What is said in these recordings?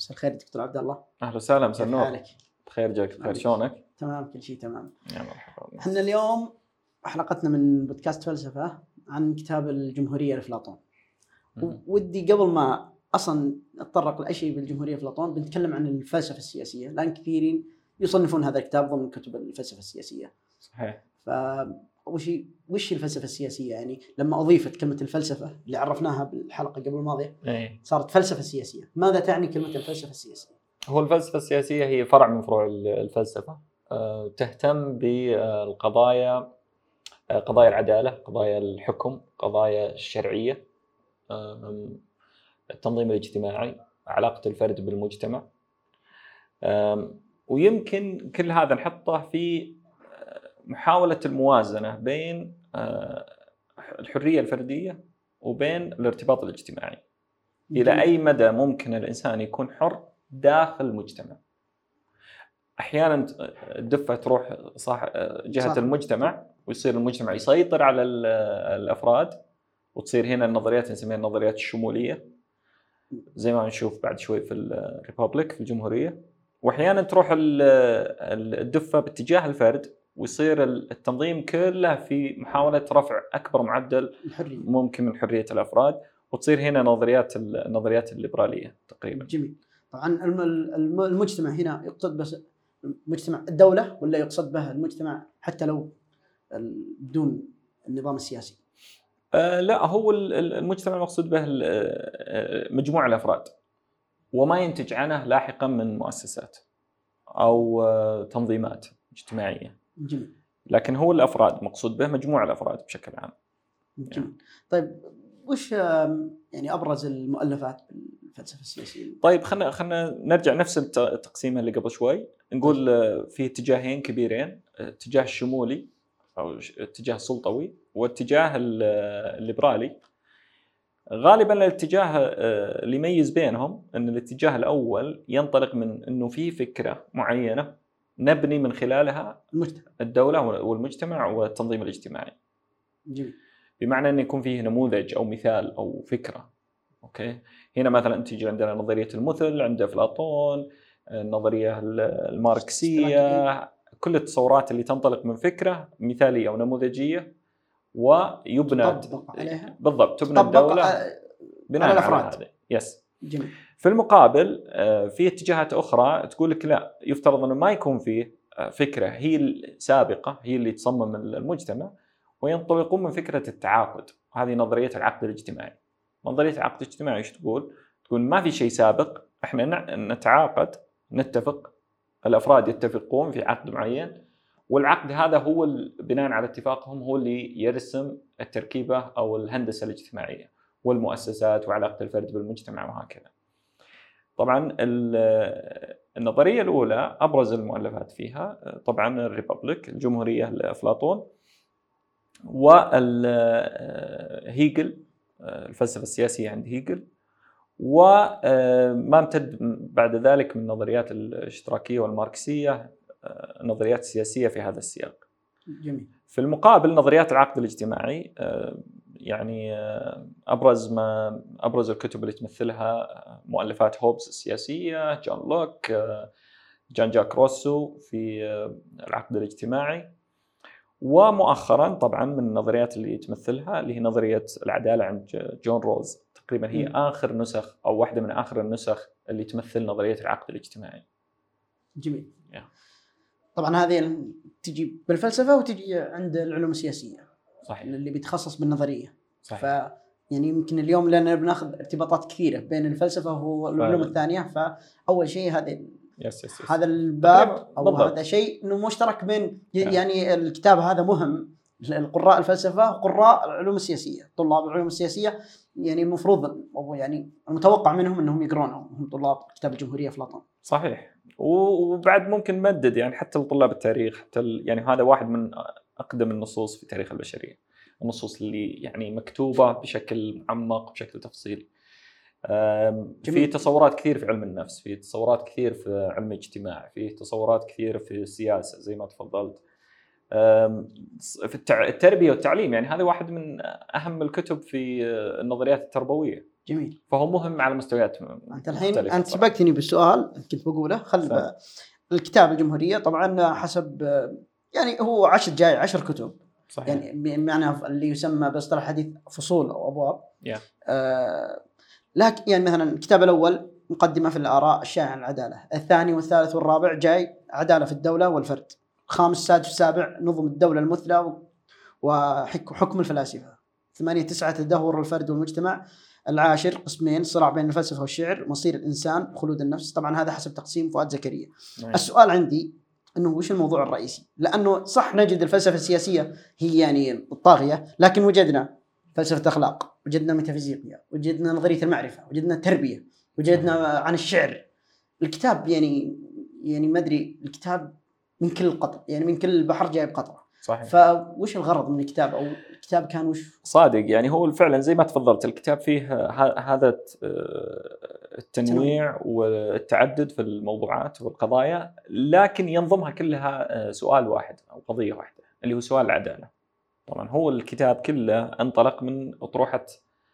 مساء الخير دكتور عبد الله. اهلا وسهلا، مساء النور. حالك؟ بخير، جاك بخير، شلونك؟ تمام، كل شيء تمام. يا مرحبا. احنا اليوم حلقتنا من بودكاست فلسفة عن كتاب الجمهورية لأفلاطون. ودي قبل ما اصلا نتطرق لاي شيء بالجمهورية لأفلاطون بنتكلم عن الفلسفة السياسية، لان كثيرين يصنفون هذا الكتاب ضمن كتب الفلسفة السياسية. صحيح. وش الفلسفة السياسية؟ يعني لما أضيفت كلمة الفلسفة اللي عرفناها بالحلقة قبل الماضية صارت فلسفة سياسية. ماذا تعني كلمة الفلسفة السياسية؟ هو الفلسفة السياسية هي فرع من فروع الفلسفة، تهتم بالقضايا، قضايا العدالة، قضايا الحكم، قضايا الشرعية، التنظيم الاجتماعي، علاقة الفرد بالمجتمع. ويمكن كل هذا نحطه في محاولة الموازنة بين الحرية الفردية وبين الارتباط الاجتماعي. إلى أي مدى ممكن الإنسان يكون حر داخل المجتمع؟ أحياناً الدفة تروح جهة المجتمع، ويصير المجتمع يسيطر على الأفراد، وتصير هنا النظريات نسميها النظريات الشمولية زي ما نشوف بعد شوي في الريبابليك في الجمهورية. وأحياناً تروح الدفة باتجاه الفرد، ويصير التنظيم كله في محاولة رفع أكبر معدل ممكن من حرية الأفراد، وتصير هنا النظريات الليبرالية تقريبا. جميل. طبعا المجتمع هنا يقصد بس مجتمع الدولة، ولا يقصد به المجتمع حتى لو بدون النظام السياسي؟ لا، هو المجتمع مقصود به مجموعة الأفراد وما ينتج عنه لاحقا من مؤسسات أو تنظيمات اجتماعية. جميل. لكن هو الأفراد مقصود به مجموعة الأفراد بشكل عام. جميل. طيب وش يعني أبرز المؤلفات بالفلسفة السياسية؟ طيب خلنا نرجع نفس التقسيمة اللي قبل شوي. نقول في اتجاهين كبيرين، اتجاه الشمولي أو اتجاه السلطوي واتجاه الليبرالي. غالبا الاتجاه اللي يميز بينهم أن الاتجاه الأول ينطلق من أنه في فكرة معينة نبني من خلالها الدولة والمجتمع والتنظيم الاجتماعي. جميل. بمعنى أن يكون فيه نموذج أو مثال أو فكرة. أوكي، هنا مثلا تيجي عندنا نظرية المثل عند أفلاطون، النظرية الماركسية، كل التصورات اللي تنطلق من فكرة مثالية أو نموذجية ويبنى عليها. بالضبط، تبنى الدولة بناء على هذا. يس. جميل. في المقابل في اتجاهات أخرى تقول لك لا، يفترض أنه ما يكون فيه فكرة هي السابقة هي اللي تصمم المجتمع، وينطلقون من فكرة التعاقد. هذه نظرية العقد الاجتماعي. نظرية العقد الاجتماعي ايش تقول ما في شيء سابق، احنا نتعاقد، نتفق، الافراد يتفقون في عقد معين، والعقد هذا هو بناء على اتفاقهم هو اللي يرسم التركيبة او الهندسة الاجتماعية والمؤسسات وعلاقة الفرد بالمجتمع وهكذا. طبعا النظرية الأولى أبرز المؤلفات فيها طبعا الريبابليك، الجمهورية لأفلاطون، وهيجل، الفلسفة السياسية عند هيجل، وما امتد بعد ذلك من نظريات الاشتراكية والماركسية، نظريات سياسية في هذا السياق. جميل. في المقابل نظريات العقد الاجتماعي، يعني أبرز الكتب اللي تمثلها مؤلفات هوبز السياسية، جون لوك، جان جاك روسو في العقد الاجتماعي، ومؤخرا طبعا من النظريات اللي تمثلها اللي هي نظرية العدالة عند جون روز. تقريبا هي آخر نسخ أو واحدة من آخر النسخ اللي تمثل نظرية العقد الاجتماعي. جميل. طبعا هذه تجي بالفلسفة وتجي عند العلوم السياسية. صحيح. اللي بيتخصص بالنظرية. صحيح. يعني يمكن اليوم لأننا بناخذ ارتباطات كثيرة بين الفلسفة والعلوم الثانية، فأول شيء هذه هذا الباب أو بالضبط. هذا شيء إنه مشترك بين يعني الكتاب هذا مهم للقراء الفلسفة وقراء العلوم السياسية. طلاب العلوم السياسية يعني المفروض أو يعني المتوقع منهم أنهم يقرونه، هم طلاب كتاب الجمهورية أفلاطون. صحيح. وبعد ممكن نمدد يعني حتى لطلاب التاريخ، حتى يعني هذا واحد من أقدم النصوص في تاريخ البشرية، النصوص اللي يعني مكتوبة بشكل معمق بشكل تفصيلي. في تصورات كثير في علم النفس، في تصورات كثير في علم الاجتماع، في تصورات كثير في السياسة زي ما تفضلت، في التربية والتعليم. يعني هذا واحد من أهم الكتب في النظريات التربوية، جميل. فهو مهم على مستويات انت الحين انت سبقتني بالسؤال كنت بقوله. الكتاب الجمهورية طبعا حسب يعني هو 10 كتب. صحيح. يعني معنى اللي يسمى باصطلاح الحديث فصول أو أبواب. لكن يعني مثلا الكتاب الأول مقدمة في الآراء الشائعة عن العدالة، الثاني والثالث والرابع جاي عدالة في الدولة والفرد، الخامس السادس والسابع نظم الدولة المثلى وحكم الفلاسفة، 8 9 تدهور الفرد والمجتمع، العاشر قسمين صراع بين الفلسفة والشعر، مصير الإنسان، خلود النفس. طبعا هذا حسب تقسيم فؤاد زكريا. السؤال عندي أنه وش الموضوع الرئيسي؟ لأنه صح نجد الفلسفة السياسية هي يعني الطاغية، لكن وجدنا فلسفة أخلاق، وجدنا ميتافيزيقيا، وجدنا نظرية المعرفة، وجدنا التربية، وجدنا عن الشعر. الكتاب يعني ما أدري، الكتاب من كل قطر، يعني من كل بحر جايب قطرة. صحيح. فوش الغرض من الكتاب؟ أو الكتاب كان وش؟ صادق، يعني هو فعلا زي ما تفضلت، الكتاب فيه هذا التنويع والتعدد في الموضوعات والقضايا، لكن ينظمها كلها سؤال واحد أو قضية واحدة اللي هو سؤال العدالة. طبعا هو الكتاب كله انطلق من أطروحة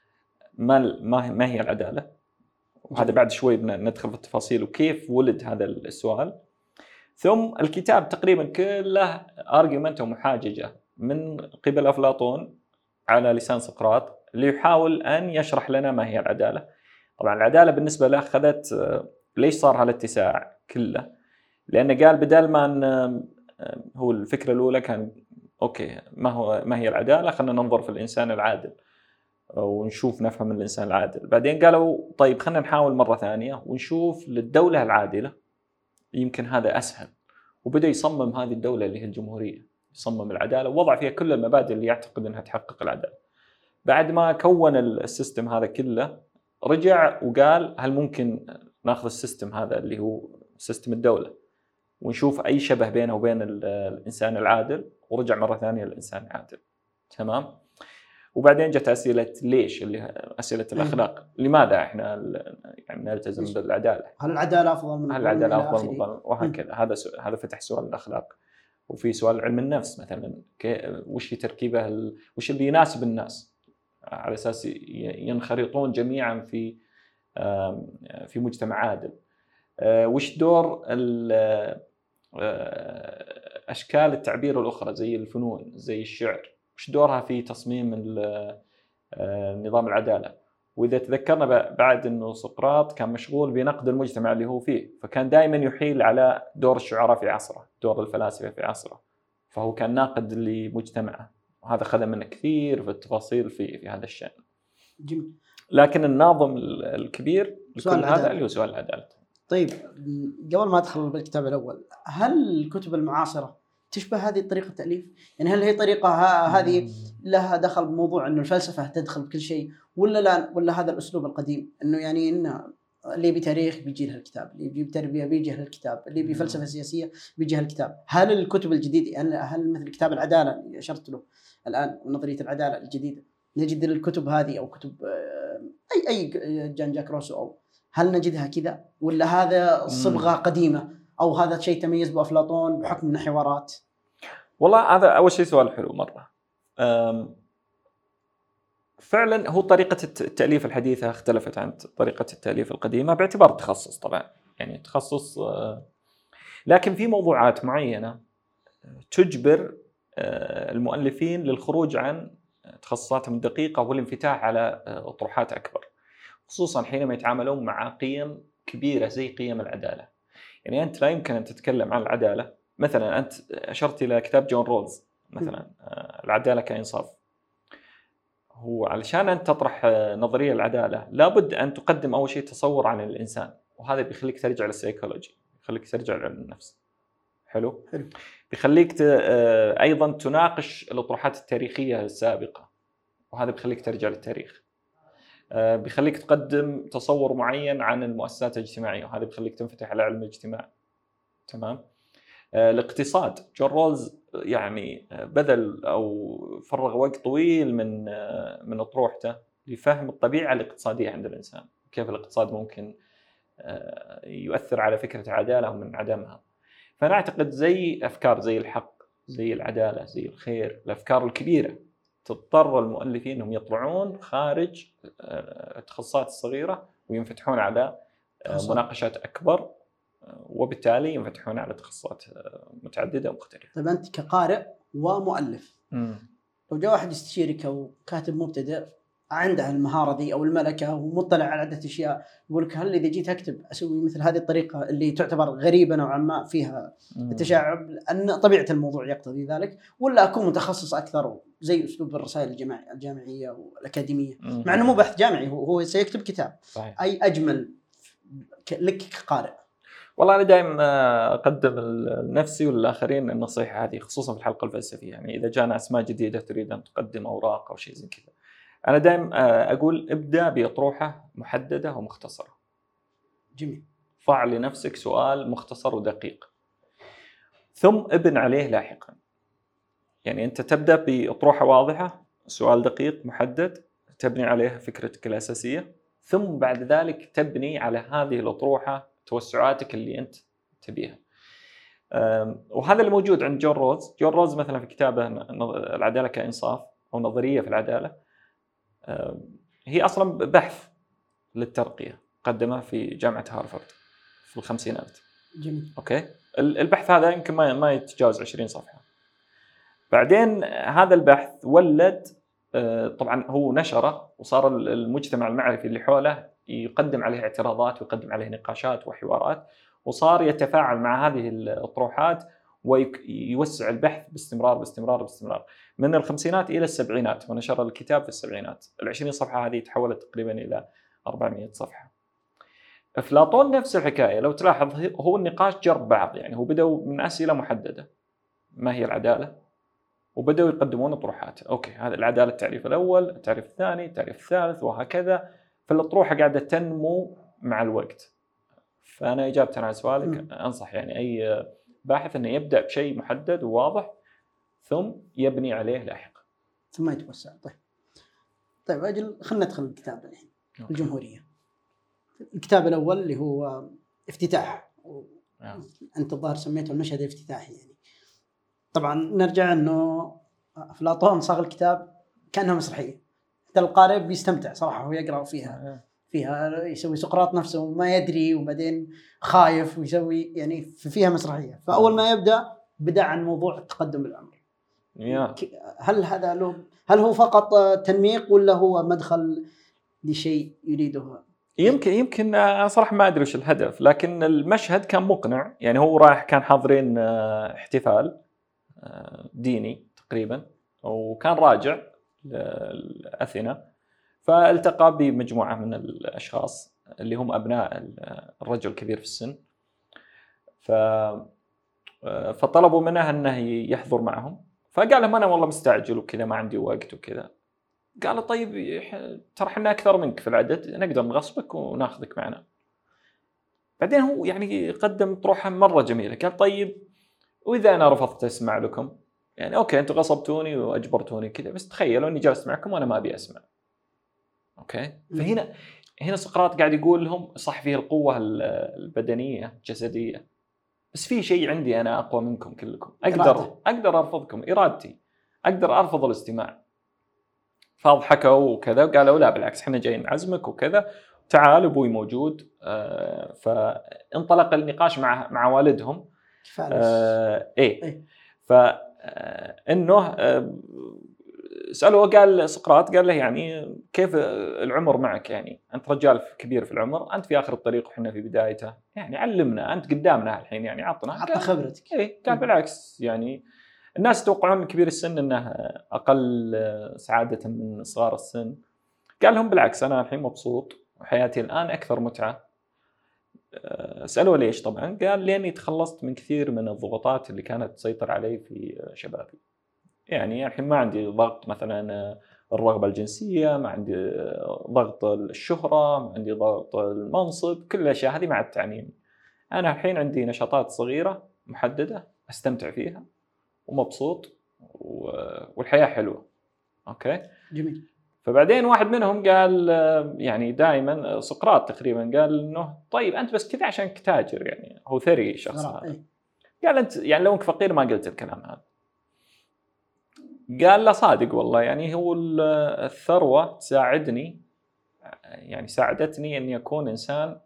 ما هي العدالة، وهذا بعد شوي ندخل في التفاصيل وكيف ولد هذا السؤال. ثم الكتاب تقريبا كله أرجيومنت ومحاججة من قبل أفلاطون على لسان سقراط، اللي يحاول أن يشرح لنا ما هي العدالة. طبعا العدالة بالنسبة له أخذت ليش صار هالاتساع كله؟ لأنه قال بدل ما هو الفكرة الأولى كان أوكي ما هي العدالة، خلنا ننظر في الإنسان العادل ونشوف نفهم الإنسان العادل. بعدين قالوا طيب خلنا نحاول مرة ثانية ونشوف للدولة العادلة، يمكن هذا أسهل. وبدأ يصمم هذه الدولة اللي هي الجمهورية، يصمم العدالة ووضع فيها كل المبادئ اللي يعتقد أنها تحقق العدالة. بعد ما كون السيستم هذا كله رجع وقال هل ممكن ناخذ السيستم هذا اللي هو سيستم الدولة ونشوف أي شبه بينه وبين الإنسان العادل، ورجع مرة ثانية للإنسان العادل. تمام. وبعدين جت أسئلة ليش، اللي أسئلة الأخلاق، لماذا إحنا يعني نلتزم بالعدالة؟ هل العدالة أفضل من الظلم؟ وهكذا. هذا فتح سؤال الأخلاق. وفي سؤال علم النفس مثلا، وش هي تركيبه، وش اللي يناسب الناس على أساس ينخرطون جميعا في مجتمع عادل. وش دور أشكال التعبير الأخرى زي الفنون زي الشعر، وش دورها في تصميم نظام العدالة؟ وإذا تذكرنا بعد أنه سقراط كان مشغول بنقد المجتمع اللي هو فيه، فكان دائما يحيل على دور الشعراء في عصره، دور الفلاسفة في عصره، فهو كان ناقد لمجتمعه، وهذا خذ منه كثير في التفاصيل في هذا الشأن. جميل. لكن الناظم الكبير لكل هذا اللي هو سؤال العدالة. طيب قبل ما أدخل بالكتاب الأول، هل الكتب المعاصرة تشبه هذه الطريقة التأليف؟ يعني هل هي طريقة هذه لها دخل بموضوع إنه الفلسفة تدخل بكل شيء، ولا لا، ولا هذا الأسلوب القديم إنه يعني إنه اللي يبي تاريخ بيجي له الكتاب، اللي يبي تربية بيجي له الكتاب، اللي يبي فلسفة سياسية بيجي له الكتاب؟ هل الكتب الجديدة، هل مثل كتاب العدالة اللي أشرت له الآن ونظرية العدالة الجديدة، نجد الكتب هذه أو كتب أي جان جاك روسو، أو هل نجدها كذا، ولا هذا صبغة قديمة، أو هذا شيء تميز بأفلاطون بحكم إنه حوارات؟ والله هذا أول شيء سؤال حلو مرة. فعلا هو طريقة التأليف الحديثة اختلفت عن طريقة التأليف القديمة باعتبار التخصص طبعا، يعني تخصص، لكن في موضوعات معينة تجبر المؤلفين للخروج عن تخصصاتهم الدقيقة والانفتاح على أطروحات أكبر، خصوصا حينما يتعاملون مع قيم كبيرة زي قيم العدالة. يعني أنت لا يمكن أن تتكلم عن العدالة، مثلا أنت أشرت إلى كتاب جون رولز مثلا، العدالة كإنصاف. هو علشان أنت تطرح نظرية العدالة لابد أن تقدم أول شيء تصور عن الإنسان، وهذا بيخليك ترجع للسيكولوجي، بيخليك ترجع لعلم النفس. حلو. بيخليك أيضا تناقش الأطروحات التاريخية السابقة، وهذا بيخليك ترجع للتاريخ. بيخليك تقدم تصور معين عن المؤسسات الاجتماعية، وهذا بيخليك تنفتح على علم الاجتماع. تمام. الاقتصاد، جون رولز يعني بذل أو فرغ وقت طويل من أطروحته لفهم الطبيعة الاقتصادية عند الإنسان، كيف الاقتصاد ممكن يؤثر على فكرة العدالة ومن عدمها. فأنا أعتقد زي أفكار زي الحق، زي العدالة، زي الخير، الأفكار الكبيرة تضطر المؤلفين انهم يطلعون خارج التخصصات الصغيره وينفتحون على مناقشات اكبر، وبالتالي ينفتحون على تخصصات متعدده ومختلفه. طيب انت كقارئ ومؤلف، لو جاء واحد يستشيرك او كاتب مبتدئ عنده المهاره دي او الملكه ومطلع على عده اشياء، يقول لك هل اذا جيت اكتب اسوي مثل هذه الطريقه اللي تعتبر غريبه نوعا ما فيها التشعب لان طبيعه الموضوع يقتضي ذلك، ولا اكون متخصص اكثر زي اسلوب الرسائل الجامعيه والاكاديميه، مع انه مو بحث جامعي، هو سيكتب كتاب. صحيح. اي اجمل لك كقارئ؟ والله انا دائما اقدم لنفسي وللاخرين النصيحه هذه، خصوصا في الحلقه الفلسفيه. يعني اذا جانا اسماء جديده تريد ان تقدم اوراق او شيء زي كذا، انا دائما اقول ابدا باطروحه محدده ومختصره. جميل. ضع لنفسك سؤال مختصر ودقيق ثم ابن عليه لاحقا. يعني انت تبدا باطروحه واضحه، سؤال دقيق محدد تبني عليه فكرتك الاساسيه، ثم بعد ذلك تبني على هذه الاطروحه توسعاتك اللي انت تبيها. وهذا اللي موجود عند جون روز. جون روز مثلا في كتابه العداله كإنصاف او نظريه في العداله، هي اصلا بحث للترقيه قدمه في جامعه هارفارد في الخمسينات. جميل. اوكي، البحث هذا يمكن ما يتجاوز 20 صفحه. بعدين هذا البحث ولد، طبعا هو نشره وصار المجتمع المعرفي اللي حوله يقدم عليه اعتراضات ويقدم عليه نقاشات وحوارات، وصار يتفاعل مع هذه الأطروحات ويوسع البحث باستمرار من الخمسينات إلى السبعينات، ونشر الكتاب في السبعينات. 20 صفحة هذه تحولت تقريبا إلى 400 صفحة. أفلاطون نفس الحكاية، لو تلاحظ هو النقاش جرب بعض. يعني هو بدأوا من أسئلة محددة، ما هي العدالة، وبدأوا يقدمون أطروحات. أوكي، هذا العدالة التعريف الأول، التعريف الثاني، التعريف الثالث، وهكذا. فالأطروحة قاعدة تنمو مع الوقت. فأنا إجابة على سؤالك أنصح يعني أي باحث أنه يبدأ بشيء محدد وواضح ثم يبني عليه لاحقا ثم يتوسع. طيب أجل خلنا ندخل الكتاب الحين. الجمهورية، الكتاب الأول اللي هو افتتاح، أنت الظاهر سميته المشهد الافتتاحي. يعني طبعا نرجع أنه أفلاطون صاغ الكتاب كأنه مسرحية، حتى القارئ بيستمتع صراحة وهو يقرأ فيها يسوي سقراط نفسه وما يدري، وبعدين خايف ويسوي يعني فيها مسرحية. فأول ما بدأ عن موضوع تقدم العمر. هل هو فقط تنميق ولا هو مدخل لشيء يريده؟ يمكن أنا صراحة ما أدري وش الهدف، لكن المشهد كان مقنع. يعني هو رايح، كان حاضرين احتفال ديني تقريبا، وكان راجع لأثينا، فالتقى بمجموعة من الأشخاص اللي هم أبناء الرجل الكبير في السن، فطلبوا منه أنه يحضر معهم. فقال لهم أنا والله مستعجل وكذا، ما عندي وقت وكذا. قال طيب ترى احنا أكثر منك في العدد، نقدر نغصبك وناخذك معنا. بعدين هو يعني قدم طروحة مرة جميلة. قال طيب وإذا أنا رفضت أسمع لكم، يعني أوكي أنتوا غصبتوني وأجبرتوني كذا، بس تخيلوا أني جالس معكم وأنا ما أبي أسمع. اوكي، فهنا سقراط قاعد يقول لهم صح فيه القوه البدنيه الجسديه، بس في شيء عندي انا اقوى منكم كلكم، اقدر ارفضكم، ارادتي، اقدر ارفض الاستماع. فاضحكوا وكذا وقالوا لا بالعكس احنا جايين نعزمك وكذا، تعال ابوي موجود. فانطلق النقاش مع والدهم. فانه سأله، قال سقراط قال له يعني كيف العمر معك؟ يعني أنت رجال كبير في العمر، أنت في آخر الطريق وحنا في بدايته، يعني علمنا، أنت قدامنا الحين، يعني عطنا خبرتك. قال بالعكس، يعني الناس يتوقعون كبير السن أنه أقل سعادة من صغار السن. قال لهم بالعكس، أنا الحين مبسوط وحياتي الآن أكثر متعة. سألوا ليش؟ طبعا قال لأني تخلصت من كثير من الضغوطات اللي كانت تسيطر علي في شبابي. يعني الحين ما عندي ضغط مثلا الرغبة الجنسية، ما عندي ضغط الشهرة، ما عندي ضغط المنصب، كل الأشياء هذه ما عاد تعنيني. أنا الحين عندي نشاطات صغيرة محددة أستمتع فيها ومبسوط والحياة حلوة. أوكي؟ جميل. فبعدين واحد منهم قال، يعني دائما سقراط تقريبا قال إنه طيب أنت بس كذا عشانك تاجر، يعني هو ثري شخص هذا. قال أنت يعني لو أنك فقير ما قلت الكلام هذا. قال له صادق والله، يعني هو الثروة تساعدني، يعني ساعدتني أني أكون إنسان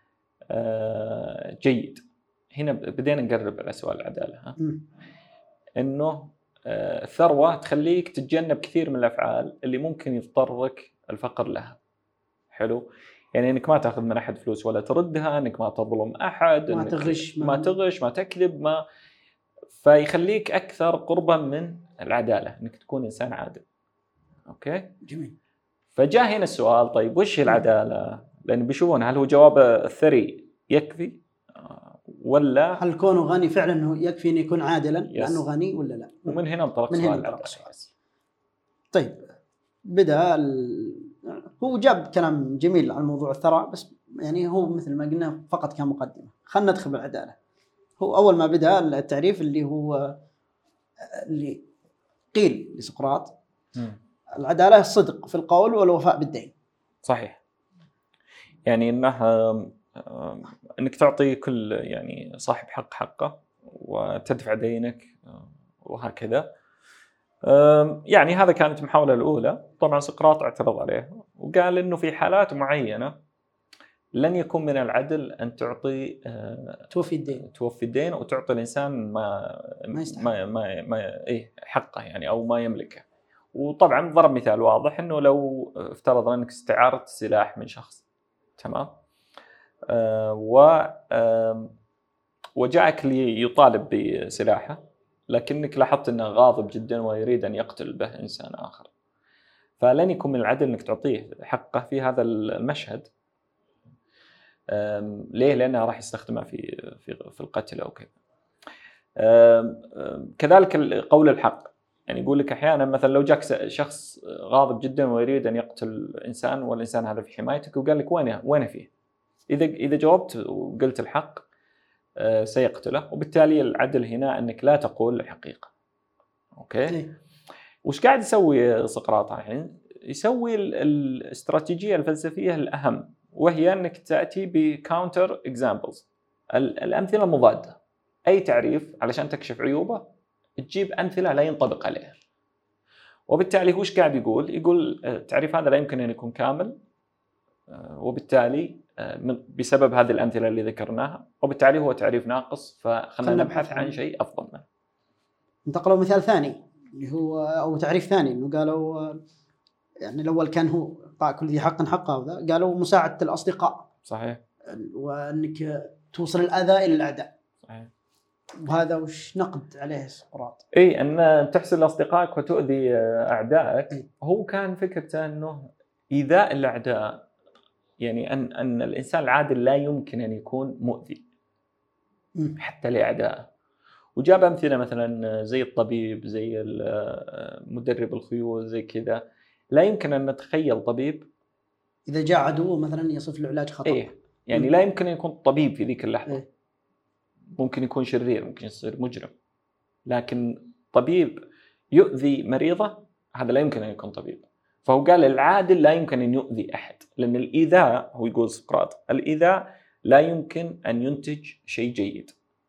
جيد. هنا بدينا نقرب على سؤال العدالة. إنه الثروة تخليك تتجنب كثير من الأفعال اللي ممكن يضطرك الفقر لها. حلو، يعني إنك ما تأخذ من أحد فلوس ولا تردها، إنك ما تظلم أحد، ما تغش، ما تكذب، فيخليك أكثر قربا من العدالة، إنك تكون إنسان عادل. أوكي، جميل. فجاء هنا السؤال، طيب وش هي العدالة؟ لأن بيشوفون هل هو جواب الثري يكفي ولا هل كونه غني فعلا انه يكفي ان يكون عادلا لانه غني ولا لا؟ ومن هنا انطلق السؤال. طيب بدأ هو جاب كلام جميل عن موضوع الثراء، بس يعني هو مثل ما قلنا فقط كمقدمة. خلنا ندخل بالعدالة. هو أول ما بدأ التعريف اللي هو اللي قيل لسقراط العدالة الصدق في القول والوفاء بالدين. صحيح، يعني انك تعطي كل يعني صاحب حق حقه وتدفع دينك وهكذا. يعني هذا كانت المحاولة الأولى. طبعا سقراط اعترض عليه وقال إنه في حالات معينة لن يكون من العدل أن تعطي توفي الدين وتعطي الإنسان ما حقه يعني أو ما يملكه. وطبعا ضرب مثال واضح إنه لو افترضنا أنك استعارت سلاح من شخص، تمام، وجاءك ليطالب بسلاحه، لكنك لاحظت أنه غاضب جدا ويريد أن يقتل به إنسان آخر، فلن يكون من العدل أنك تعطيه حقه في هذا المشهد. ليه؟ لأنه راح يستخدمه في القتل أو كذا. كذلك قول الحق، يعني يقول لك أحيانا مثلا لو جاك شخص غاضب جدا ويريد أن يقتل إنسان والإنسان هذا في حمايتك وقال لك وين فيه، إذا جاوبت وقلت الحق سيقتله، وبالتالي العدل هنا أنك لا تقول الحقيقة. أوكي، وش قاعد يسوي سقراط الحين؟ يسوي الاستراتيجية الفلسفية الأهم، وهي أنك تأتي بكاونتر إكزامبلز، الأمثلة المضادة. أي تعريف علشان تكشف عيوبه تجيب أمثلة لا ينطبق عليها. وبالتالي هو وش قاعد يقول التعريف هذا لا يمكن أن يكون كامل، وبالتالي بسبب هذه الأمثلة اللي ذكرناها، وبالتالي هو تعريف ناقص، فخلنا نبحث عن شيء أفضل منه. انتقلوا مثال ثاني اللي هو أو تعريف ثاني، إنه قالوا يعني الأول كان هو كل ذي حق حقه، وذا قالوا مساعدة الأصدقاء. صحيح. وأنك توصل الأذى إلى الأعداء. صحيح. وهذا وش نقد عليه سقراط؟ اي، ان تحسن لاصدقائك وتؤذي اعدائك. هو كان فكرته انه ايذاء الاعداء يعني ان الانسان العادل لا يمكن ان يكون مؤذي حتى لاعدائه. وجاب امثله مثلا زي الطبيب، زي مدرب الخيول، زي كذا. لا يمكن ان نتخيل طبيب اذا جاء عدو مثلا يصف له علاج خطا. يعني لا يمكن ان يكون طبيب في ذيك اللحظه. ممكن يكون شرير، ممكن يصير مجرم، لكن طبيب يؤذي مريضه هذا لا يمكن ان يكون طبيب. فهو قال العادل لا يمكن ان يؤذي احد، لان الايذاء، هو يقول سقراط، الايذاء لا يمكن ان ينتج شيء جيد.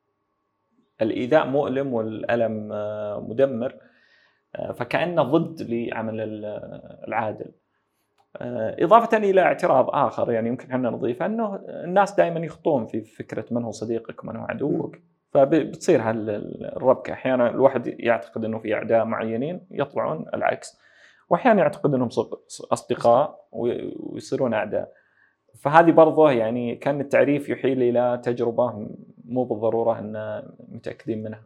الايذاء مؤلم والالم مدمر، فكأنه ضد لعمل العادل. إضافة إلى اعتراض آخر يعني يمكن احنا نضيفه، أنه الناس دائما يخطون في فكرة من هو صديقك ومن هو عدوك، فبتصير هالربكة. أحيانا الواحد يعتقد أنه في أعداء معينين يطلعون العكس، وأحيانا يعتقد أنهم أصدقاء ويصيرون أعداء. فهذه برضه يعني كان التعريف يحيل إلى تجربة مو بالضرورة أن متأكدين منها.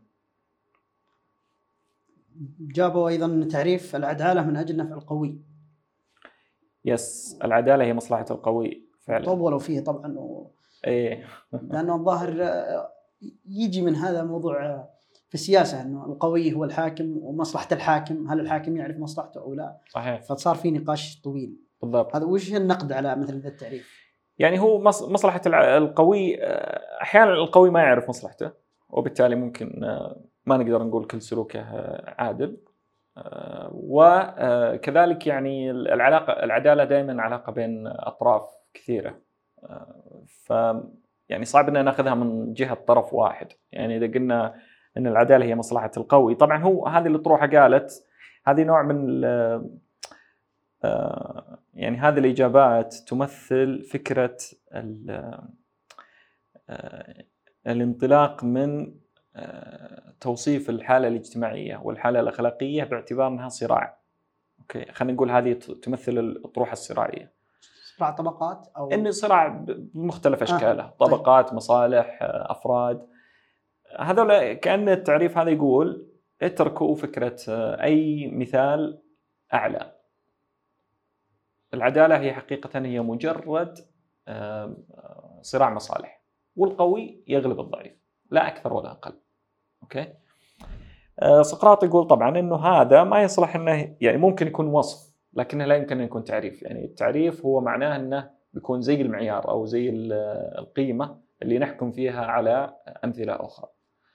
جابوا أيضا تعريف العدالة من أجل نفع القوي. يس، العدالة هي مصلحة القوي فعلا. طولوا فيه طبعا إيه لأنه الظاهر يجي من هذا الموضوع في السياسة، أنه القوي هو الحاكم ومصلحة الحاكم، هل الحاكم يعرف مصلحته أو لا؟ صحيح. فصار في نقاش طويل. بالضبط. هذا وش النقد على مثل هذا التعريف؟ يعني هو مصلحة القوي، أحيانا القوي ما يعرف مصلحته، وبالتالي ممكن ما نقدر نقول كل سلوكه عادل. وكذلك يعني العدالة دائما علاقة بين أطراف كثيرة، يعني صعب أن نأخذها من جهة طرف واحد. يعني إذا قلنا أن العدالة هي مصلحة القوي، طبعا هو هذه الأطروحة قالت هذه نوع من يعني هذه الإجابات تمثل فكرة الانطلاق من توصيف الحالة الاجتماعية والحالة الأخلاقية باعتبار أنها صراع. أوكي، خلينا نقول هذه تمثل الأطروحة الصراعية. صراع طبقات أو إنه صراع بمختلف أشكاله، طبقات، مصالح، أفراد. هذول كأن التعريف هذا يقول اتركوا فكرة أي مثال أعلى. العدالة هي حقيقة هي مجرد صراع مصالح، والقوي يغلب الضعيف، لا أكثر ولا أقل. أوكي. سقراط يقول طبعا إنه هذا ما يصلح إنه يعني ممكن يكون وصف، لكنه لا يمكن أن يكون تعريف. يعني التعريف هو معناه إنه بيكون زي المعيار أو زي القيمة اللي نحكم فيها على أمثلة أخرى.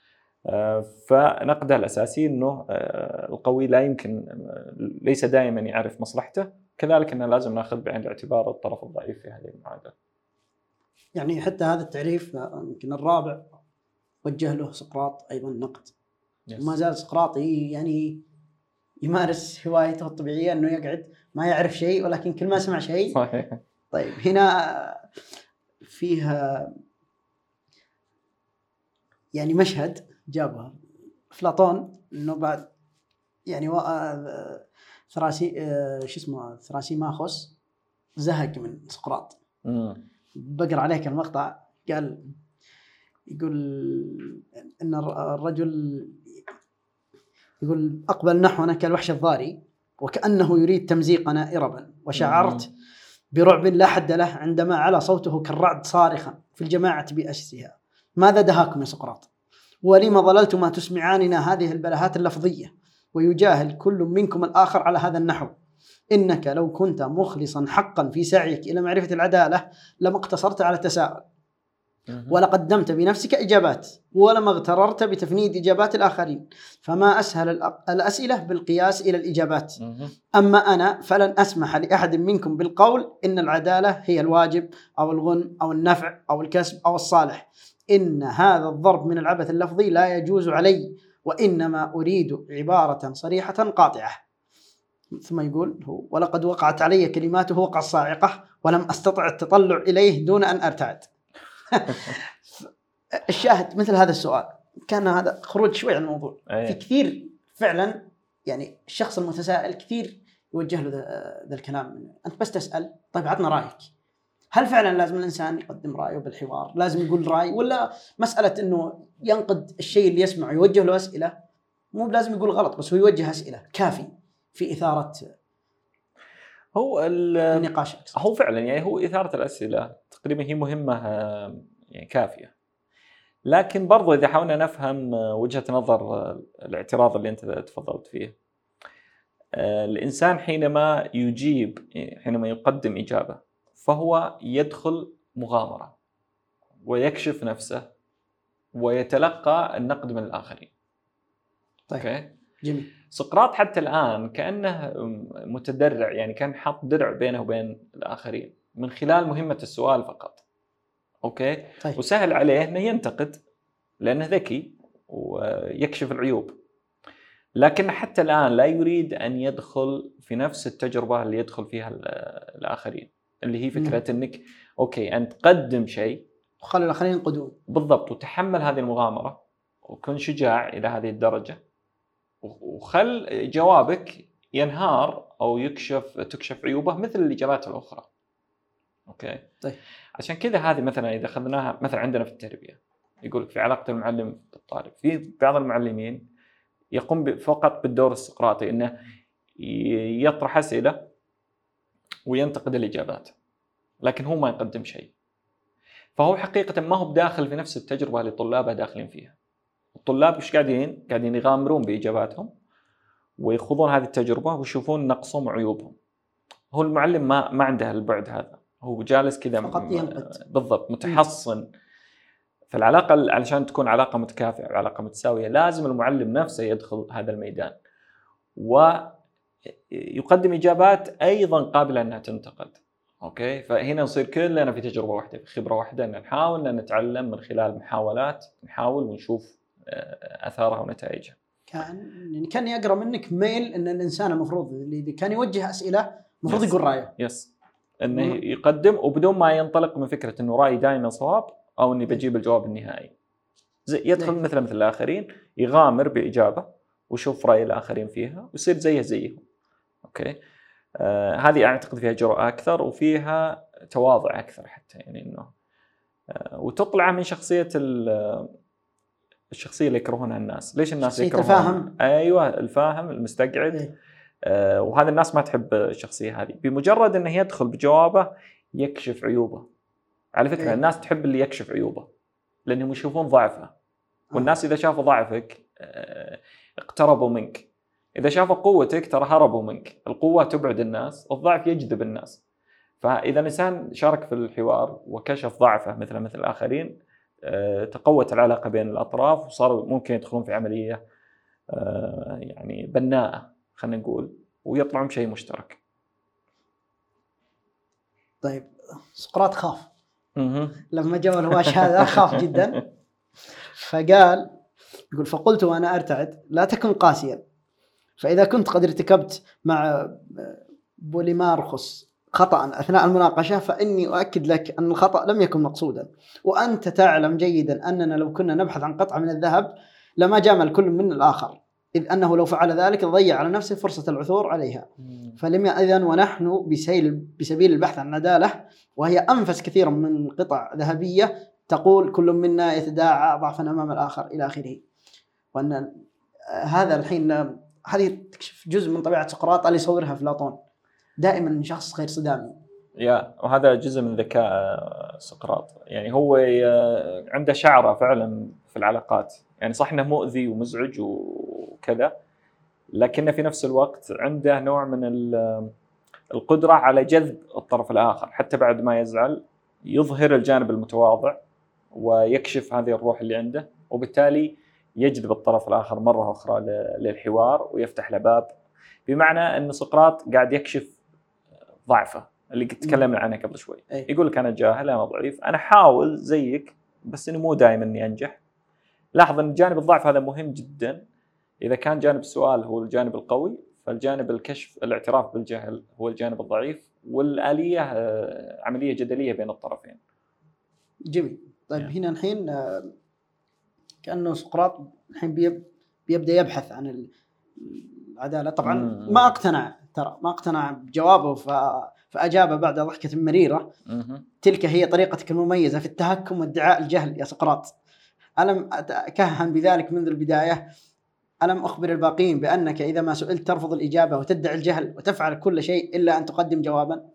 فنقده الأساسي إنه القوي لا يمكن، ليس دائما يعرف مصلحته، كذلك إنه لازم نأخذ بعين الاعتبار الطرف الضعيف في هذه المعادلة. يعني حتى هذا التعريف يمكن الرابع وجه له سقراط أيضا نقد. وما زال سقراط يعني يمارس هوايته الطبيعية إنه يقعد ما يعرف شيء، ولكن كل ما سمع شيء صحيح. طيب هنا فيها يعني مشهد جابها أفلاطون إنه بعد يعني ثراسيماخوس زهق من سقراط. بقرأ عليك المقطع. يقول إن الرجل يقول أقبل نحونا كالوحش الضاري وكأنه يريد تمزيقنا إربا، وشعرت برعب لا حد له عندما على صوته كالرعد صارخا في الجماعة بأسسها. ماذا دهاكم يا سقراط؟ ولما ظللتما تسمعاننا هذه البلاهات اللفظية؟ ويجاهل كل منكم الآخر على هذا النحو. إنك لو كنت مخلصا حقا في سعيك إلى معرفة العدالة لما اقتصرت على التساؤل، ولقدمت بنفسك إجابات، ولما اغتررت بتفنيد إجابات الآخرين، فما أسهل الأسئلة بالقياس إلى الإجابات. أما أنا فلن أسمح لأحد منكم بالقول إن العدالة هي الواجب أو الغنم أو النفع أو الكسب أو الصالح. إن هذا الضرب من العبث اللفظي لا يجوز علي، وإنما أريد عبارة صريحة قاطعة. ثم يقول هو: ولقد وقعت علي كلماته وقع الصاعقة ولم أستطع التطلع إليه دون أن أرتعد. الشاهد مثل هذا السؤال كان هذا خروج شوي عن الموضوع. في كثير فعلا يعني الشخص المتسائل كثير يوجه له ذا الكلام. أنت بس تسأل طيب عطنا رأيك. هل فعلا لازم الإنسان يقدم رأيه بالحوار؟ لازم يقول رأي؟ ولا مسألة إنه ينقد الشيء اللي يسمعه يوجه له أسئلة؟ مو لازم يقول غلط، بس هو يوجه أسئلة كافي في إثارة هو النقاش. هو فعلا يعني هو إثارة الأسئلة تقريبا هي مهمة يعني كافية. لكن برضو إذا حاولنا نفهم وجهة نظر الاعتراض اللي أنت تفضلت فيه، الإنسان حينما يقدم إجابة فهو يدخل مغامرة ويكشف نفسه ويتلقى النقد من الآخرين. طيب. أوكي. جميل. سقراط حتى الآن كأنه متدرع، يعني كان حاط درع بينه وبين الآخرين من خلال مهمة السؤال فقط. أوكي. طيب. وسهل عليه أنه ينتقد لأنه ذكي ويكشف العيوب، لكن حتى الآن لا يريد أن يدخل في نفس التجربة اللي يدخل فيها الآخرين، اللي هي فكرة أنك أوكي أنت قدم شيء وخلي الآخرين ينقدون. بالضبط، وتحمل هذه المغامرة وكن شجاع إلى هذه الدرجة، وخل جوابك ينهار أو تكشف عيوبه مثل الإجابات الأخرى. أوكي. طيب. عشان كذا هذه مثلا إذا أخذناها مثلا عندنا في التربية، يقولك في علاقة المعلم بالطالب، في بعض المعلمين يقوم فقط بالدور السقراطي إنه يطرح أسئلة وينتقد الإجابات، لكن هو ما يقدم شيء. فهو حقيقة ما هو بداخل في نفس التجربة اللي طلابه داخلين فيها. الطلاب إيش قاعدين يغامرون بإجاباتهم ويخوضون هذه التجربة ويشوفون نقصهم وعيوبهم. هو المعلم ما عنده البعد هذا، هو جالس كذا بالضبط متحصن. فالعلاقة علشان تكون علاقة متكافئة وعلاقة متساوية لازم المعلم نفسه يدخل هذا الميدان ويقدم إجابات أيضا قابلة أنها تنتقد. أوكي. فهنا نصير كلنا في تجربة واحدة، في خبرة واحدة، أن نحاول أن نتعلم من خلال محاولات، نحاول ونشوف أثارها ونتائجها. كان اقرا منك ميل ان الانسان المفروض اللي كان يوجه اسئله المفروض يقول رايه. يس انه يقدم وبدون ما ينطلق من فكره انه رايي دائما صواب او اني بجيب الجواب النهائي. يدخل مثل الآخرين، يغامر بإجابة ويشوف رأي الآخرين فيها ويصير زيهم. أوكي، هذه أعتقد فيها جرأة أكثر وفيها تواضع أكثر حتى، يعني إنه وتطلع من شخصية الشخصية اللي يكرهونها الناس. ليش الناس يكرهونها؟ الفاهم. أيوة، الفاهم المستقعد. وهذا الناس ما تحب الشخصية هذه. بمجرد أنه يدخل بجوابه يكشف عيوبه. على فكرة الناس تحب اللي يكشف عيوبه لأنهم يشوفون ضعفه، والناس إذا شافوا ضعفك اقتربوا منك، إذا شافوا قوتك ترى هربوا منك. القوة تبعد الناس، الضعف يجذب الناس. فإذا الإنسان شارك في الحوار وكشف ضعفه مثل الآخرين، تقوت العلاقة بين الأطراف وصاروا ممكن يدخلون في عملية يعني بناءة خلينا نقول، ويطلعون بشيء مشترك. طيب سقراط خاف لما جاء الهواش هذا، خاف جدا، فقال يقول فقلت وأنا أرتعد لا تكن قاسيا، فإذا كنت قد ارتكبت مع بوليمارخوس خطأ أثناء المناقشة فإني أؤكد لك أن الخطأ لم يكن مقصودا، وأنت تعلم جيدا أننا لو كنا نبحث عن قطعة من الذهب لما جامل كل من الآخر، إذ أنه لو فعل ذلك ضيع على نفسه فرصة العثور عليها. فلم إذن ونحن بسبيل البحث عن عدالة، وهي أنفس كثيرا من قطع ذهبية تقول كل منا يتداعى ضعفا أمام الآخر إلى آخره. وأن هذا الحين هذه تكشف جزء من طبيعة سقراط اللي يصورها أفلاطون، دائما شخص غير صدامي. وهذا جزء من ذكاء سقراط، يعني هو عنده شعره فعلا في العلاقات، يعني صح انه مؤذي ومزعج وكذا، لكنه في نفس الوقت عنده نوع من القدرة على جذب الطرف الآخر، حتى بعد ما يزعل يظهر الجانب المتواضع ويكشف هذه الروح اللي عنده، وبالتالي يجذب الطرف الآخر مرة أخرى للحوار ويفتح له باب. بمعنى أن سقراط قاعد يكشف ضعفه اللي تكلمنا عنه قبل شوي. يقول لك أنا جاهل، أنا ضعيف، أنا حاول زيك بس إنه مو دائما إني أنجح. لاحظ أن جانب الضعف هذا مهم جدا. إذا كان جانب السؤال هو الجانب القوي، فالجانب الكشف الاعتراف بالجهل هو الجانب الضعيف، والآلية عملية جدلية بين الطرفين. جميل. طيب هنا الحين كأنه سقراط الحين بيبدأ يبحث عن العدالة. طبعا ما اقتنع بجوابه، فأجاب بعد ضحكة مريرة: تلك هي طريقتك المميزة في التهكم وادعاء الجهل يا سقراط. ألم أتكهن بذلك منذ البداية؟ ألم أخبر الباقين بأنك إذا ما سئلت ترفض الإجابة وتدعي الجهل وتفعل كل شيء إلا أن تقدم جوابا؟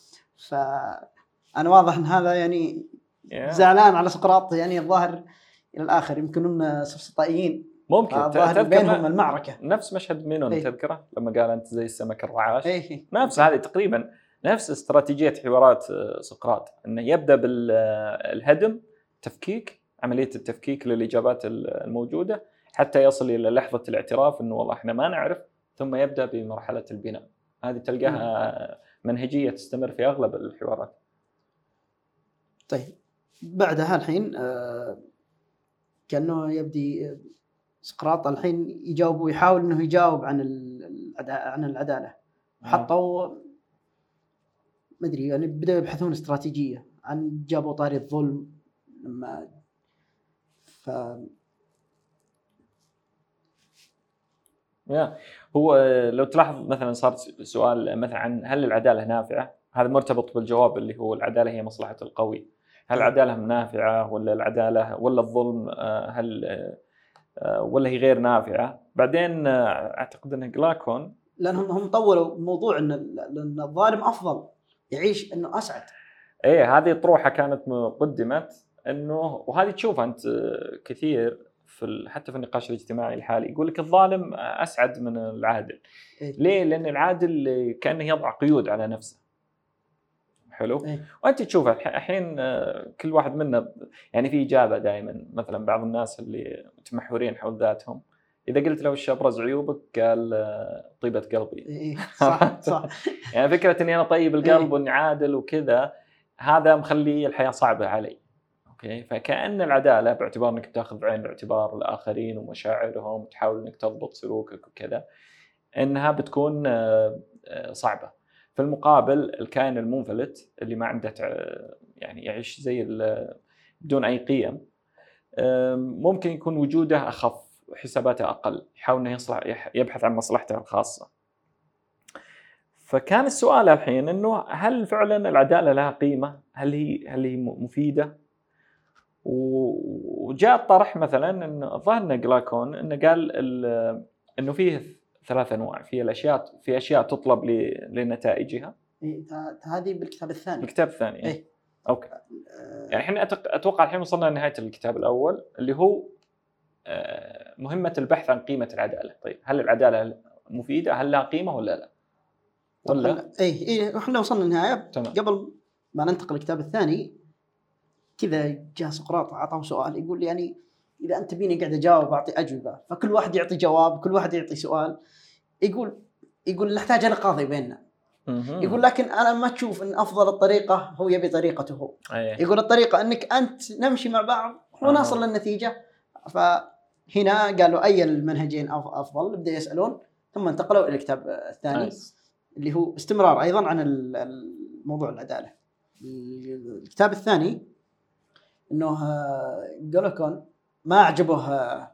فأنا واضح أن هذا يعني زعلان على سقراط، يعني الظاهر إلى الآخر يمكنون سفسطائيين، ممكن تذكر بينهم المعركة. نفس مشهد مينون تذكره لما قال أنت زي السمك الرعاش. نفس هذه تقريبا نفس استراتيجية حوارات سقراط، أنه يبدأ بالهدم، تفكيك، عملية التفكيك للإجابات الموجودة حتى يصل إلى لحظة الاعتراف أنه والله إحنا ما نعرف، ثم يبدأ بمرحلة البناء. هذه تلقاها منهجية تستمر في أغلب الحوارات. طيب بعدها الحين كأنه يبدي سقراط الحين يجاوب ويحاول أنه يجاوب عن العدالة. حطوا ما أدري يعني بدأوا يبحثون استراتيجية عن جابوا طاري الظلم. لما هو لو تلاحظ مثلا صار سؤال مثلا عن هل العدالة نافعة، هذا مرتبط بالجواب اللي هو العدالة هي مصلحة القوي. هل العدالة نافعة ولا العدالة ولا الظلم هل ولا هي غير نافعة؟ بعدين أعتقد أن جلاكون لأنهم طولوا موضوع أن الظالم أفضل يعيش أنه أسعد. هذه طروحة كانت قدمت أنه، وهذه تشوفها أنت كثير حتى في النقاش الاجتماعي الحالي، يقول لك الظالم أسعد من العادل. ليه؟ لأن العادل كأنه يضع قيود على نفسه. حلو. وأنت تشوف الحين كل واحد منا يعني في إجابة دائما. مثلا بعض الناس اللي متمحورين حول ذاتهم إذا قلت له وش أبرز عيوبك قال طيبة قلبي. صح. يعني فكرة إني أنا طيب القلب وإني عادل وكذا، هذا مخلي الحياة صعبة علي. اوكي، فكأن العداله باعتبار انك تاخذ بعين الاعتبار الاخرين ومشاعرهم وتحاول انك تضبط سلوكك وكذا، انها بتكون صعبه. في المقابل الكائن المنفلت اللي ما عنده يعني يعيش زي بدون اي قيم، ممكن يكون وجوده اخف، حساباته اقل، يحاول انه يبحث عن مصلحته الخاصه. فكان السؤال الحين انه هل فعلا العداله لها قيمه؟ هل هي مفيده؟ وجاء الطرح مثلا انه ظهرنا جلاكون انه قال انه فيه 3 انواع، في اشياء تطلب لنتائجها. هذه بالكتاب الثاني. الكتاب الثاني اي اوكي. يعني احنا اتوقع الحين وصلنا لنهايه الكتاب الاول اللي هو مهمه البحث عن قيمه العداله. طيب هل العداله مفيده؟ هل لها قيمه ولا لا؟ ولا احنا وصلنا للنهايه. قبل ما ننتقل للكتاب الثاني كذا جاء سقراط اعطاه سؤال يقول لي يعني اذا انت بيني قاعد اجاوب اعطي اجوبه، فكل واحد يعطي جواب، كل واحد يعطي سؤال، يقول نحتاج الى قاضي بيننا. يقول لكن انا ما تشوف ان افضل الطريقه هو يبي طريقته هو. يقول الطريقه انك انت نمشي مع بعض ونصل للنتيجه. فهنا قالوا اي المنهجين افضل، بدأ يسالون، ثم انتقلوا الى الكتاب الثاني اللي هو استمرار ايضا عن الموضوع العداله. الكتاب الثاني انه جلاكون ما عجبه،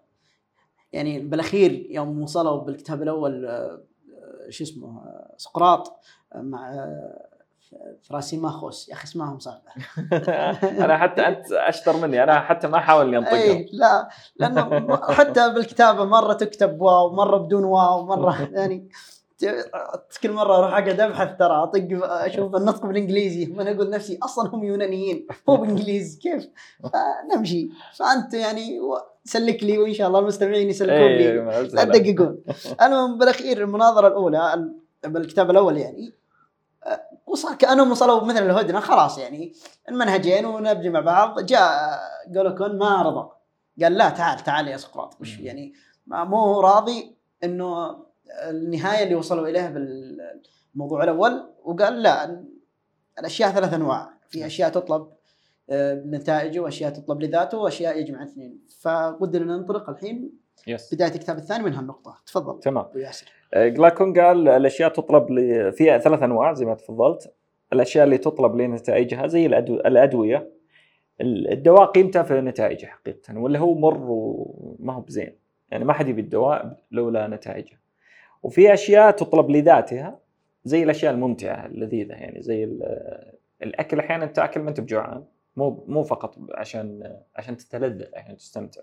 يعني بالاخير يوم وصلوا بالكتاب الاول شو اسمه سقراط مع ثراسيماخوس، يا اخي اسمهم صعبه. انا حتى انت اشطر مني، انا حتى ما احاول اني انطقهم. لا لانه حتى بالكتابه مره تكتب واو، مره بدون واو، مره يعني كل مره اروح اقعد ابحث ترى اطق اشوف النطق بالانجليزي وانا اقول نفسي اصلا هم يونانيين مو بالانجليزي كيف. فنمشي، فانت يعني سلك لي وان شاء الله المستمعين يسلكون لي لا تدققون. المهم بالاخير المناظره الاولى بالكتاب الاول يعني وصل كانهم وصلوا مثل الهدنه خلاص، يعني المنهجين ونبني مع بعض. جاء جلاكون ما رضى، قال لا تعال يا سقراط، مش يعني مو راضي انه النهايه اللي وصلوا اليها بالموضوع الاول. وقال لا، الاشياء 3 انواع، في اشياء تطلب بنتائجه واشياء تطلب لذاته واشياء يجمع اثنين. فقدرنا ننطلق الحين بدايه الكتاب الثاني من هالنقطه. تفضل. تمام. جلاكون قال الاشياء تطلب فيها 3 انواع زي ما تفضلت. الاشياء اللي تطلب لنتائجها زي الادويه، الدواء قيمته في نتائجه حقيقه، ولا هو مر وما هو بزين، يعني ما حد يبي الدواء لولا نتائجه. وفي اشياء تطلب لذاتها زي الاشياء الممتعه اللذيذه، يعني زي الاكل، احيانا تاكل ما انت بجوعان، مو فقط عشان تتلذذ، عشان تستمتع.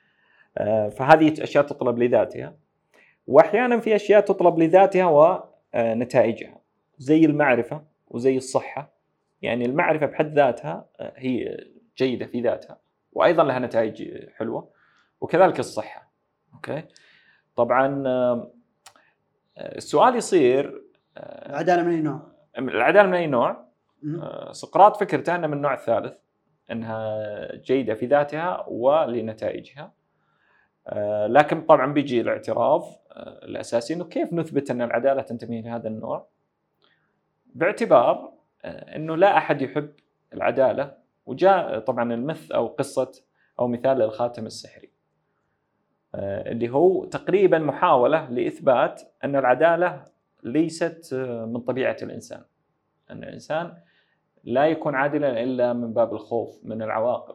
فهذه اشياء تطلب لذاتها. واحيانا في اشياء تطلب لذاتها ونتائجها زي المعرفه وزي الصحه. يعني المعرفه بحد ذاتها هي جيده في ذاتها وايضا لها نتائج حلوه، وكذلك الصحه. اوكي، طبعا السؤال يصير العداله من اي نوع؟ العداله من اي نوع؟ سقراط فكرته انها من النوع الثالث، انها جيده في ذاتها ولنتائجها. لكن طبعا بيجي الاعتراض الاساسي انه كيف نثبت ان العداله تنتمي لهذا النوع، باعتبار انه لا احد يحب العداله. وجاء طبعا المث او قصه او مثال الخاتم السحري، اللي هو تقريبا محاوله لاثبات ان العداله ليست من طبيعه الانسان، ان الانسان لا يكون عادلا الا من باب الخوف من العواقب.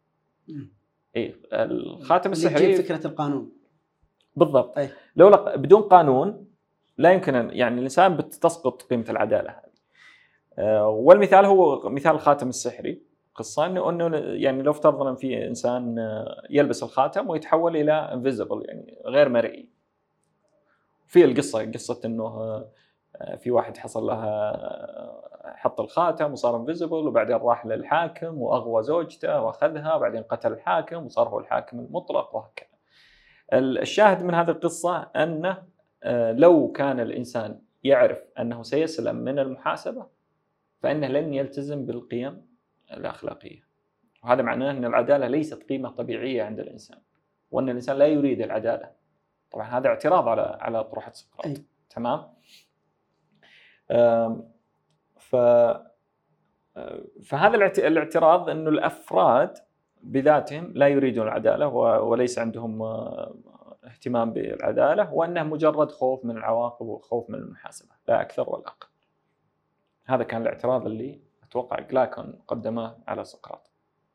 الخاتم السحري فكره القانون بالضبط. لولا بدون قانون لا يمكن يعني الانسان بتسقط قيمه العداله هذه. والمثال هو مثال الخاتم السحري. قصه انه يعني لو افترضنا في انسان يلبس الخاتم ويتحول الى انفيزبل، يعني غير مرئي. في قصه انه في واحد حصل لها حط الخاتم وصار انفيزبل، وبعدين راح للحاكم واغوى زوجته واخذها، وبعدين قتل الحاكم وصار هو الحاكم المطلق وهكذا. الشاهد من هذه القصه انه لو كان الانسان يعرف انه سيسلم من المحاسبه فانه لن يلتزم بالقيم الاخلاقيه، وهذا معناه ان العداله ليست قيمه طبيعيه عند الانسان، وان الانسان لا يريد العداله. طبعا هذا اعتراض على طروحه سقراط. تمام. فهذا الاعتراض انه الافراد بذاتهم لا يريدون العدالة وليس عندهم اهتمام بالعدالة، وأنه مجرد خوف من العواقب وخوف من المحاسبة لا أكثر ولا أقل. هذا كان الاعتراض اللي أتوقع جلاكون قدمه على سقراط.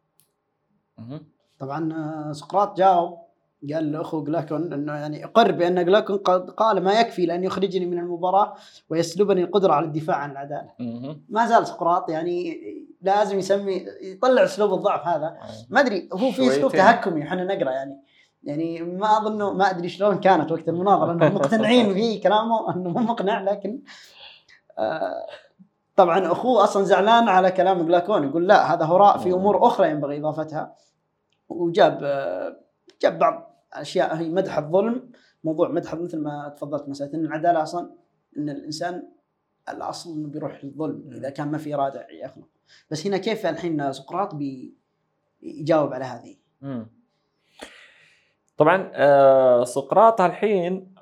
طبعا سقراط جاوب قال لأخو جلاكون أنه يعني أقر بأن جلاكون قال ما يكفي لأن يخرجني من المباراة ويسلبني القدرة على الدفاع عن العدالة. ما زال سقراط يعني لازم يطلع أسلوب الضعف هذا. ما أدري هو في أسلوب تهكمي وحنا نقرأ يعني ما أظنه، ما أدري شلون كانت وقت المناظرة أنهم مقتنعين فيه كلامه أنه مو مقنع، لكن طبعا أخوه أصلا زعلان على كلام جلاكون، يقول لا هذا هراء في أمور أخرى ينبغي إضافتها، وجاب بعض أشياء هي مدح الظلم، موضوع مدح مثل ما تفضلت مسألة أن العدالة أصلا أن الإنسان الأصل أنه بيروح للظلم إذا كان ما في رادع يخلق. بس هنا كيف الحين سقراط بيجاوب على هذه؟ طبعا سقراط الحين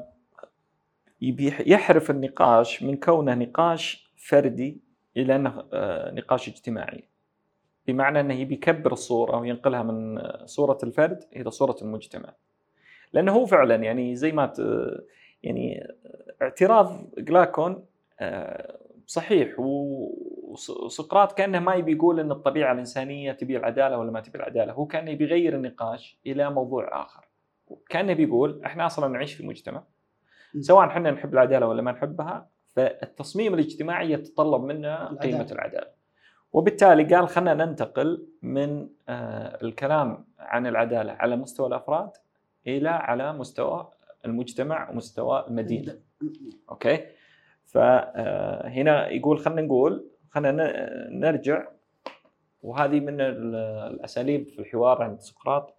يحرف النقاش من كونه نقاش فردي إلى أنه نقاش اجتماعي، بمعنى أنه يبي يكبر الصورة وينقلها من صورة الفرد إلى صورة المجتمع. لأنه هو فعلا يعني زي ما يعني اعتراض جلاكون صحيح، وسقراط كأنه ما يبي يقول أن الطبيعة الإنسانية تبي العدالة ولا ما تبي العدالة، هو كأنه يبي يغير النقاش إلى موضوع آخر، كأنه بيقول إحنا أصلا نعيش في مجتمع سواء إحنا نحب العدالة ولا ما نحبها، فالتصميم الاجتماعي يتطلب منا قيمة العدالة. وبالتالي قال خلنا ننتقل من الكلام عن العدالة على مستوى الأفراد إلى على مستوى المجتمع ومستوى المدينة. أوكي، فهنا يقول خلنا نرجع، وهذه من الأساليب في الحوار عند سقراط.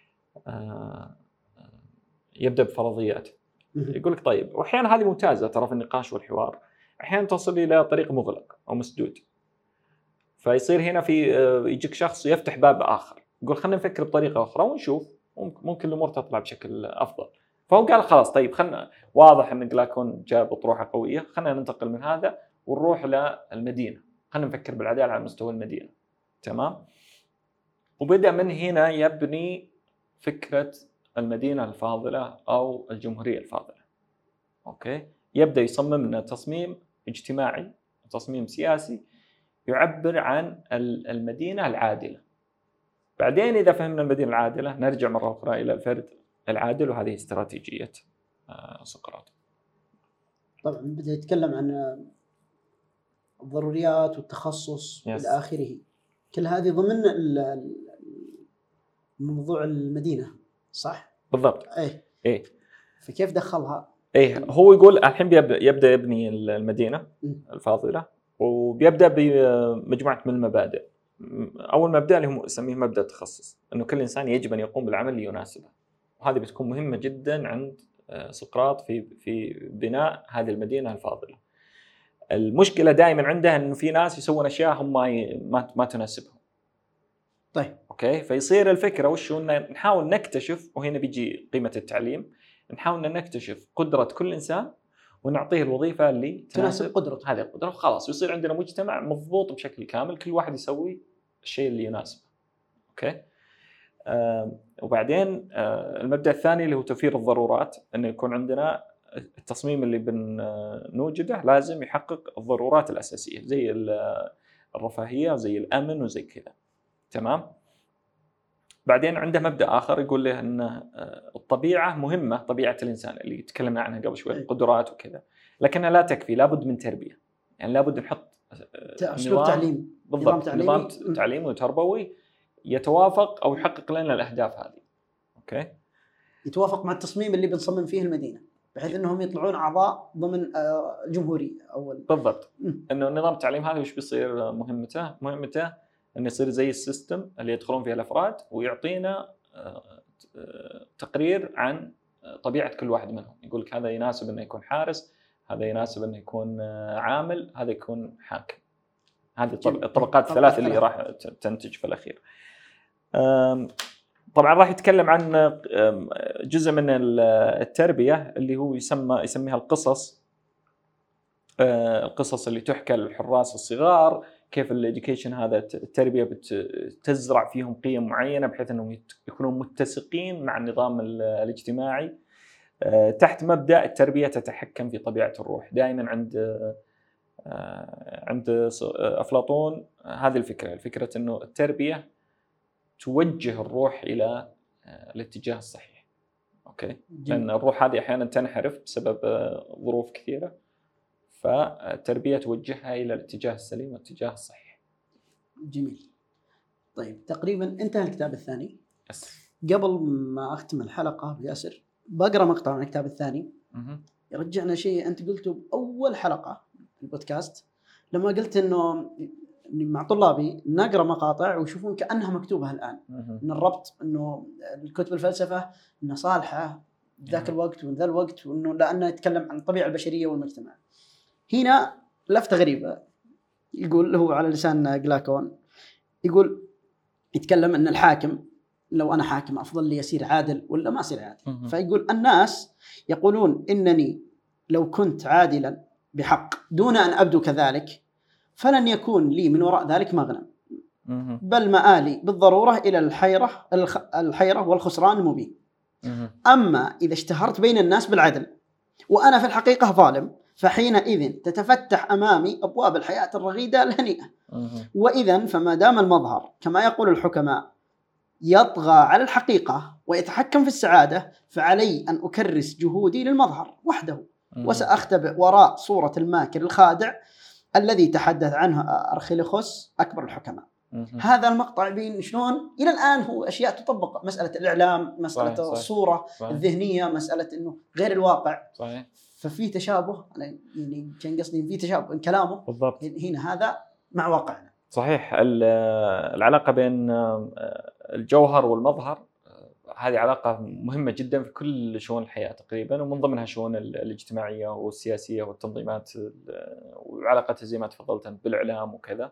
يبدأ بفرضيات، يقول لك طيب، وأحيانا هذه ممتازة ترى في النقاش والحوار، أحيانا تصل إلى طريق مغلق أو مسدود، فيصير هنا في يجيك شخص يفتح باب آخر، يقول خلنا نفكر بطريقة أخرى ونشوف ممكن الأمور تطلع بشكل أفضل. فهو قال خلاص طيب خلنا، واضح أن جلاكون جاب أطروحة قوية، خلنا ننتقل من هذا ونروح للمدينة، خلنا نفكر بالعدالة على مستوى المدينة. تمام، وبدأ من هنا يبني فكرة المدينة الفاضلة أو الجمهورية الفاضلة. أوكي، يبدأ يصمم لنا تصميم اجتماعي، تصميم سياسي يعبر عن المدينة العادلة. بعدين إذا فهمنا المدينة العادلة نرجع مرة أخرى إلى الفرد العادل، وهذه استراتيجية سقراط. طبعا بدأ يتكلم عن الضروريات والتخصص إلى آخره، كل هذه ضمن موضوع المدينة، صح؟ بالضبط. إيه. فكيف دخلها؟ هو يقول الحين يبدأ يبني المدينة الفاضلة، وبيبدأ بمجموعة من المبادئ. أول مبدأ اللي هو يسميه مبدأ التخصص، أنه كل إنسان يجب أن يقوم بالعمل اللي يناسبه، وهذه بتكون مهمة جدا عند سقراط في بناء هذه المدينة الفاضلة. المشكلة دائما عنده أنه في ناس يسوون أشياء هم ما تناسبهم. طيب أوكي، فيصير الفكرة وش هو، نحاول نكتشف، وهنا بيجي قيمة التعليم، نحاول نكتشف قدرة كل إنسان ونعطيه الوظيفة اللي تناسب قدرته، هذه القدرة، وخلاص يصير عندنا مجتمع مضبوط بشكل كامل، كل واحد يسوي الشيء اللي يناسبه. أوكي، وبعدين المبدأ الثاني اللي هو توفير الضرورات، أنه يكون عندنا التصميم اللي بنوجده لازم يحقق الضرورات الأساسية زي الرفاهية وزي الأمن وزي كذا. تمام. بعدين عنده مبدأ آخر يقول له أن الطبيعة مهمة، طبيعة الإنسان اللي تكلمنا عنها قبل شوي، القدرات وكذا، لكنها لا تكفي، لابد من تربية، يعني لابد نحط أسلوب تعليم، بالضبط، نظام تعليمي وتربوي يتوافق أو يحقق لنا الأهداف هذه. أوكي، يتوافق مع التصميم اللي بنصمم فيه المدينة، بحيث أنهم يطلعون أعضاء ضمن الجمهورية أول. بالضبط، أنه نظام التعليم هذا وش بيصير مهمته أنه يصير زي السيستم اللي يدخلون فيه الأفراد، ويعطينا تقرير عن طبيعة كل واحد منهم، يقول لك هذا يناسب أنه يكون حارس، هذا يناسب أنه يكون عامل، هذا يكون حاكم. هذه الطبقات الثلاث اللي راح تنتج في الأخير. طبعا راح يتكلم عن جزء من التربية اللي هو يسميها القصص اللي تحكى للحراس الصغار، كيف الإديوكيشن هذا التربية بتزرع فيهم قيم معينة بحيث أنهم يكونوا متسقين مع النظام الاجتماعي تحت مبدأ التربية تتحكم في طبيعة الروح. دائما عند أفلاطون هذه الفكرة أنه التربية توجه الروح إلى الاتجاه الصحيح. أوكي؟ لأن الروح هذه أحيانا تنحرف بسبب ظروف كثيرة، فالتربية توجهها إلى الاتجاه السليم والاتجاه الصحيح. جميل. طيب تقريبا انتهى الكتاب الثاني. قبل ما أختم الحلقة بياسر بقرأ مقطع من الكتاب الثاني يرجعنا شيء أنت قلته بأول حلقة في البودكاست، لما قلت إنه مع طلابي نقرأ مقاطع ويشوفون كأنها مكتوبة الآن. إن الربط إنه الكتب الفلسفة إنها صالحة ذاك الوقت وذا الوقت، وإنه لأنه يتكلم عن الطبيعة البشرية والمجتمع. هنا لفتة غريبة يقول هو على لسان أغلاقون، يقول يتكلم أن الحاكم لو أنا حاكم أفضل لي يصير عادل ولا ما أصير عادل. فيقول الناس يقولون إنني لو كنت عادلا بحق دون أن أبدو كذلك فلن يكون لي من وراء ذلك مغنم، بل مآلي بالضرورة إلى الحيرة والخسران المبين. أما إذا اشتهرت بين الناس بالعدل وأنا في الحقيقة ظالم فحينئذ تتفتح أمامي أبواب الحياة الرغيدة الهنيئة. وإذن فما دام المظهر كما يقول الحكماء يطغى على الحقيقة ويتحكم في السعادة فعلي أن أكرس جهودي للمظهر وحده، وسأختبئ وراء صورة الماكر الخادع الذي تحدث عنه أرخيلوخوس أكبر الحكماء. هذا المقطع يبين شلون إلى الآن هو أشياء تطبق، مسألة الإعلام، مسألة صحيح. الصورة صحيح. الذهنية، مسألة إنه غير الواقع صحيح. ففي تشابه، يعني كان قصدي في تشابه من كلامه بالضبط. هنا هذا مع واقعنا صحيح. العلاقة بين الجوهر والمظهر هذه علاقة مهمة جدا في كل شؤون الحياة تقريبا، ومن ضمنها الشؤون الاجتماعية والسياسية والتنظيمات وعلاقتها زي ما تفضلت بالإعلام وكذا.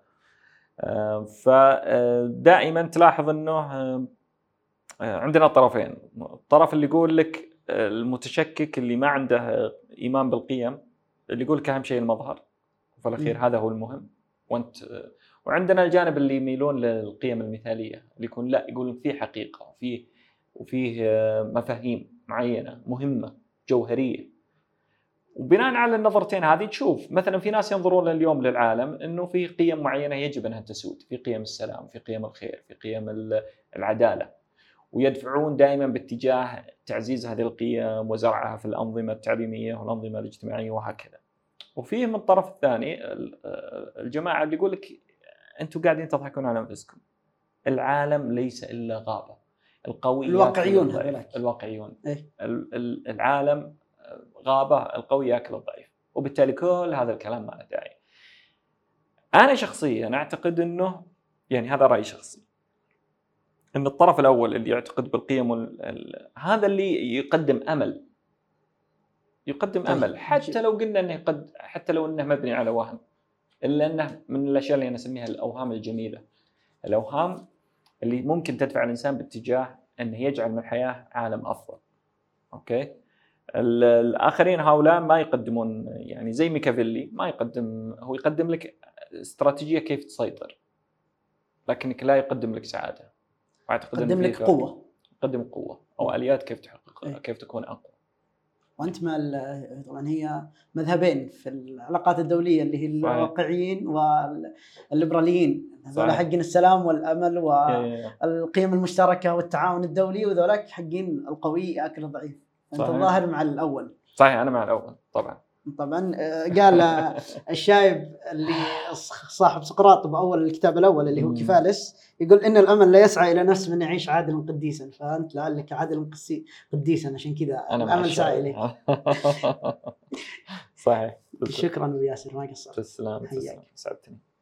فدائما تلاحظ أنه عندنا طرفين، الطرف اللي يقول لك المتشكك اللي ما عنده إيمان بالقيم، اللي يقول لك أهم شيء المظهر وفي الأخير هذا هو المهم، وعندنا الجانب اللي يميلون للقيم المثالية اللي يكون لا، يقول في حقيقة وفيه مفاهيم معينة مهمة جوهرية. وبناء على النظرتين هذه تشوف مثلا في ناس ينظرون اليوم للعالم انه في قيم معينة يجب انها تسود، في قيم السلام، في قيم الخير، في قيم العدالة، ويدفعون دائما باتجاه تعزيز هذه القيم وزرعها في الأنظمة التعليمية والأنظمة الاجتماعية وهكذا. وفيه من الطرف الثاني الجماعة اللي يقول لك أنتم قاعدين تضحكون على أنفسكم، العالم ليس إلا غابة، الواقعيون الواقعيون العالم غابة، القوي يأكل الضعيف، وبالتالي كل هذا الكلام ما له داعي. أنا شخصيا أعتقد أنه يعني هذا رأي شخصي، أن الطرف الأول اللي يعتقد بالقيم هذا اللي يقدم أمل حتى لو قلنا أنه حتى لو أنه مبني على وهم، إلا أنه من الأشياء اللي أنا أسميها الأوهام الجميلة، الأوهام اللي ممكن تدفع الإنسان باتجاه أنه يجعل من الحياة عالم أفضل. أوكي، الآخرين هؤلاء ما يقدمون، يعني زي ميكافيلي ما يقدم، هو يقدم لك استراتيجية كيف تسيطر، لكنك لا يقدم لك سعادة. يقدم لك قوة، يقدم قوة أو آليات كيف تحقق كيف تكون أقوى. وأنت طبعا هي مذهبين في العلاقات الدولية اللي هي الواقعيين والليبراليين، هذول حقين السلام والأمل والقيم المشتركة والتعاون الدولي، وذولك حقين القوي يأكل الضعيف. أنت الظاهر مع الأول. صحيح، أنا مع الأول طبعا. قال الشايب اللي صاحب سقراط بأول الكتاب الأول اللي هو كفالس، يقول إن الأمل لا يسعى إلى نفس من يعيش عادلا قديسا، فأنت لعلك عادلا قديسا، عشان كذا الأمل سعى إليك. صحيح. شكرا ياسر، ما قصرت. تسلم، سعدتني.